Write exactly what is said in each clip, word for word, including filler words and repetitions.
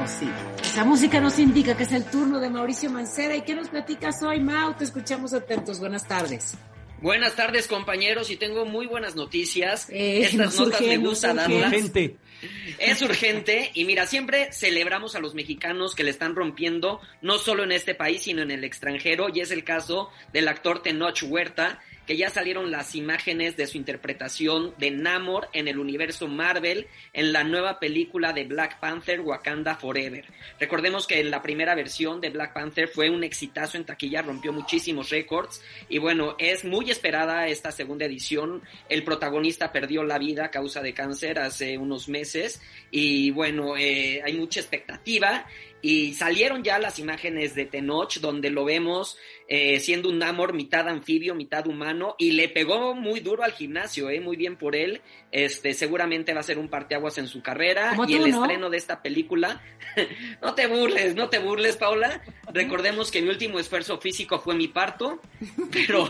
Oh, sí. Esa música nos indica que es el turno de Mauricio Mancera. ¿Y qué nos platicas hoy, Mau? Te escuchamos atentos. Buenas tardes. Buenas tardes, compañeros, y tengo muy buenas noticias. Eh, Estas no notas surge, me no gusta surge. darlas. Urgente. Es urgente, y mira, siempre celebramos a los mexicanos que le están rompiendo, no solo en este país, sino en el extranjero, y es el caso del actor Tenoch Huerta, que ya salieron las imágenes de su interpretación de Namor en el universo Marvel en la nueva película de Black Panther, Wakanda Forever. Recordemos que la primera versión de Black Panther fue un exitazo en taquilla, rompió muchísimos récords, y bueno, es muy esperada esta segunda edición. El protagonista perdió la vida a causa de cáncer hace unos meses, y bueno, eh, hay mucha expectativa. Y salieron ya las imágenes de Tenoch, donde lo vemos eh, siendo un Namor mitad anfibio, mitad humano, y le pegó muy duro al gimnasio, eh, muy bien por él. Este, seguramente va a ser un parteaguas en su carrera. Como y tú, el ¿no? estreno de esta película, no te burles, no te burles, Paula. Recordemos que mi último esfuerzo físico fue mi parto, pero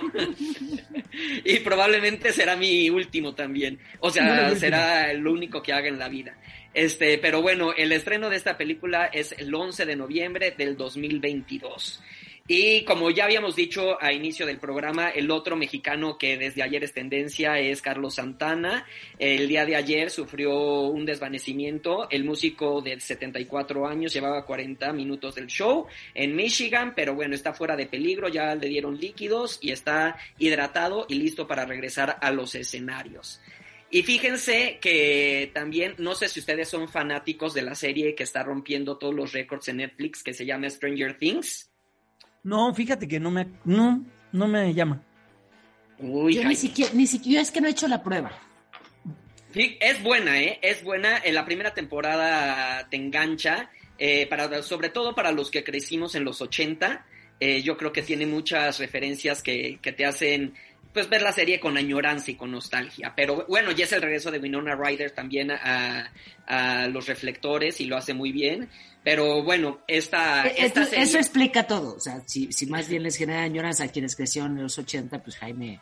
y probablemente será mi último también. O sea, No, será lo único que haga en la vida. Este, pero bueno, el estreno de esta película es el once de noviembre del dos mil veintidós. Y como ya habíamos dicho a inicio del programa, el otro mexicano que desde ayer es tendencia es Carlos Santana. El día de ayer sufrió un desvanecimiento. El músico de setenta y cuatro años llevaba cuarenta minutos del show en Michigan, pero bueno, está fuera de peligro, ya le dieron líquidos y está hidratado y listo para regresar a los escenarios. Y fíjense que también, no sé si ustedes son fanáticos de la serie que está rompiendo todos los récords en Netflix, que se llama Stranger Things. No, fíjate que no me, no, no me llama. Uy, Yo ay, ni siquiera, ni siquiera, es que no he hecho la prueba. sí, es buena, ¿eh? Es buena. En la primera temporada te engancha, eh, para, sobre todo para los que crecimos en los ochenta. Eh, yo creo que tiene muchas referencias que, que te hacen pues ver la serie con añoranza y con nostalgia. Pero bueno, ya es el regreso de Winona Ryder también a, a los reflectores y lo hace muy bien. Pero bueno, esta, Eh, esta Eso, serie... eso explica todo. O sea, si, si más bien les genera añoranza a quienes crecieron en los ochenta, pues Jaime...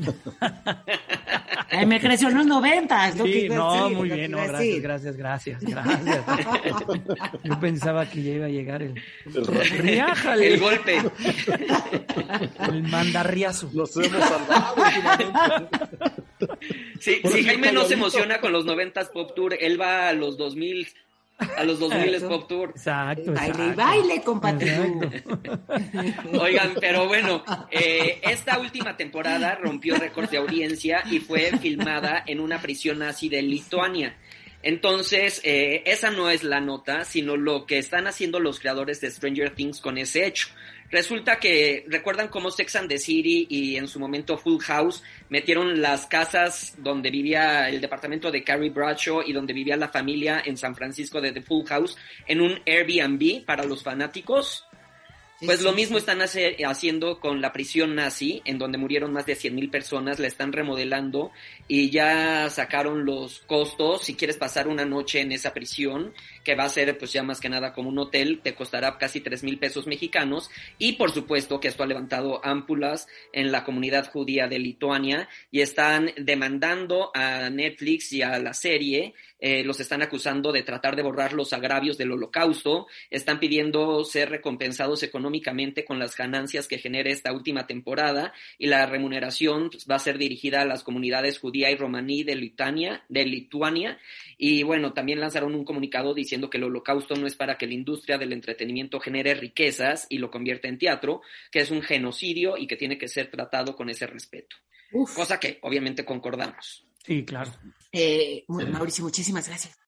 Jaime creció en los noventa. Sí, no, muy bien, no, gracias, gracias, gracias, gracias. Yo pensaba que ya iba a llegar el... ¡Riájale! El golpe. El mandarriazo. Nos hemos salvado últimamente. Sí, si Jaime no se emociona con los noventas Pop Tour, él va a los dos mil... A los dos mil Pop Tour. Exacto, Baile y exacto. baile, compadre. Oigan, pero bueno, eh, esta última temporada rompió récords de audiencia y fue filmada en una prisión nazi de Lituania. Entonces, eh, esa no es la nota, sino lo que están haciendo los creadores de Stranger Things con ese hecho. Resulta que, ¿recuerdan cómo Sex and the City y en su momento Full House metieron las casas donde vivía el departamento de Carrie Bradshaw y donde vivía la familia en San Francisco de The Full House en un Airbnb para los fanáticos? Pues lo mismo están hace, haciendo con la prisión nazi, en donde murieron más de cien mil personas, la están remodelando y ya sacaron los costos. Si quieres pasar una noche en esa prisión, que va a ser pues ya más que nada como un hotel, te costará casi tres mil pesos mexicanos. Y por supuesto que esto ha levantado ámpulas en la comunidad judía de Lituania y están demandando a Netflix y a la serie. Eh, los están acusando de tratar de borrar los agravios del Holocausto, están pidiendo ser recompensados económicamente con las ganancias que genere esta última temporada y la remuneración pues, va a ser dirigida a las comunidades judía y romaní de Lituania, de Lituania. Y bueno, también lanzaron un comunicado diciendo que el Holocausto no es para que la industria del entretenimiento genere riquezas y lo convierta en teatro, que es un genocidio y que tiene que ser tratado con ese respeto. Uf. Cosa que obviamente concordamos. Sí, claro. Eh, Mauricio, muchísimas gracias.